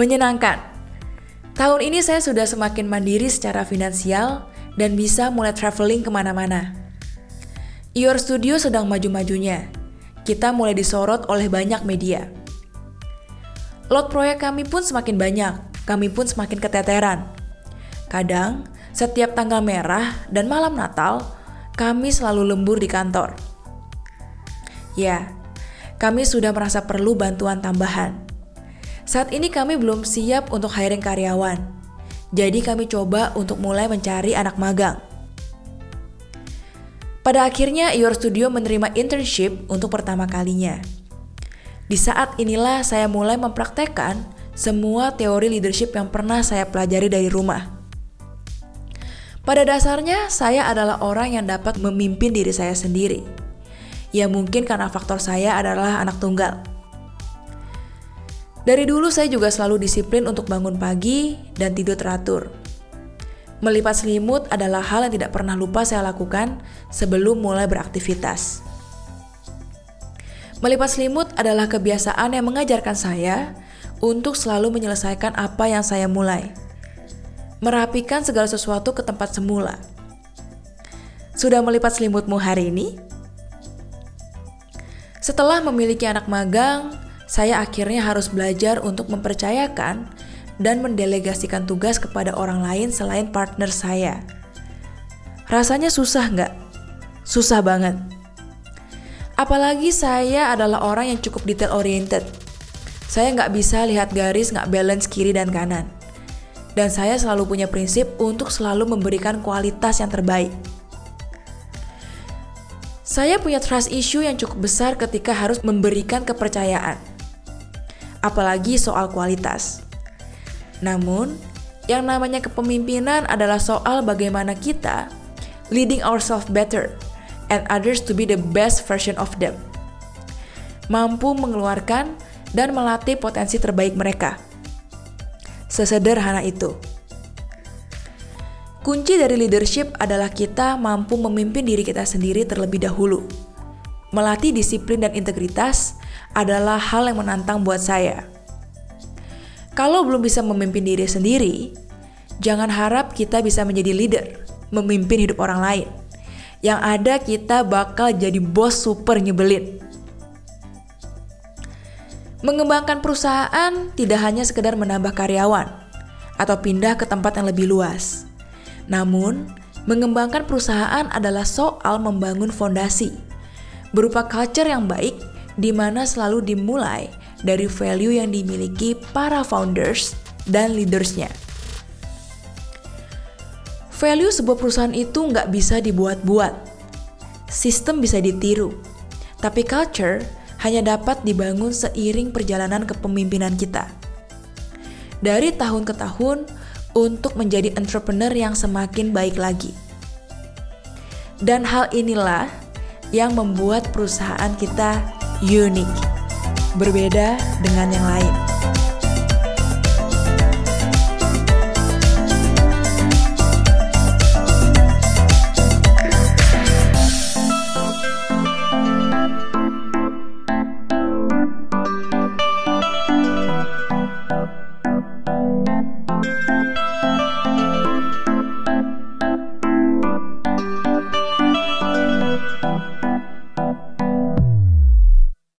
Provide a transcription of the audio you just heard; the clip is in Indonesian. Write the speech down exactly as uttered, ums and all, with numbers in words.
Menyenangkan. Tahun ini saya sudah semakin mandiri secara finansial dan bisa mulai traveling kemana-mana. Your Studio sedang maju-majunya. Kita mulai disorot oleh banyak media. Lot proyek kami pun semakin banyak, kami pun semakin keteteran. Kadang, setiap tanggal merah dan malam Natal, kami selalu lembur di kantor. Ya, kami sudah merasa perlu bantuan tambahan. Saat ini kami belum siap untuk hiring karyawan. Jadi kami coba untuk mulai mencari anak magang. Pada akhirnya Your Studio menerima internship untuk pertama kalinya. Di saat inilah saya mulai mempraktekkan semua teori leadership yang pernah saya pelajari dari rumah. Pada dasarnya, saya adalah orang yang dapat memimpin diri saya sendiri. Ya mungkin karena faktor saya adalah anak tunggal. Dari dulu saya juga selalu disiplin untuk bangun pagi dan tidur teratur. Melipat selimut adalah hal yang tidak pernah lupa saya lakukan sebelum mulai beraktivitas. Melipat selimut adalah kebiasaan yang mengajarkan saya untuk selalu menyelesaikan apa yang saya mulai. Merapikan segala sesuatu ke tempat semula. Sudah melipat selimutmu hari ini? Setelah memiliki anak magang, saya akhirnya harus belajar untuk mempercayakan dan mendelegasikan tugas kepada orang lain selain partner saya. Rasanya susah nggak? Susah banget. Apalagi saya adalah orang yang cukup detail-oriented. Saya nggak bisa lihat garis nggak balance kiri dan kanan. Dan saya selalu punya prinsip untuk selalu memberikan kualitas yang terbaik. Saya punya trust issue yang cukup besar ketika harus memberikan kepercayaan. Apalagi soal kualitas. Namun, yang namanya kepemimpinan adalah soal bagaimana kita leading ourselves better and others to be the best version of them. Mampu mengeluarkan dan melatih potensi terbaik mereka. Sesederhana itu. Kunci dari leadership adalah kita mampu memimpin diri kita sendiri terlebih dahulu. Melatih disiplin dan integritas adalah hal yang menantang buat saya. Kalau belum bisa memimpin diri sendiri, jangan harap kita bisa menjadi leader, memimpin hidup orang lain. Yang ada kita bakal jadi bos super nyebelin. Mengembangkan perusahaan tidak hanya sekedar menambah karyawan atau pindah ke tempat yang lebih luas. Namun, mengembangkan perusahaan adalah soal membangun fondasi berupa culture yang baik di mana selalu dimulai dari value yang dimiliki para founders dan leadersnya. Value sebuah perusahaan itu nggak bisa dibuat-buat. Sistem bisa ditiru, tapi culture hanya dapat dibangun seiring perjalanan kepemimpinan kita. Dari tahun ke tahun untuk menjadi entrepreneur yang semakin baik lagi. Dan hal inilah yang membuat perusahaan kita unik, berbeda dengan yang lain.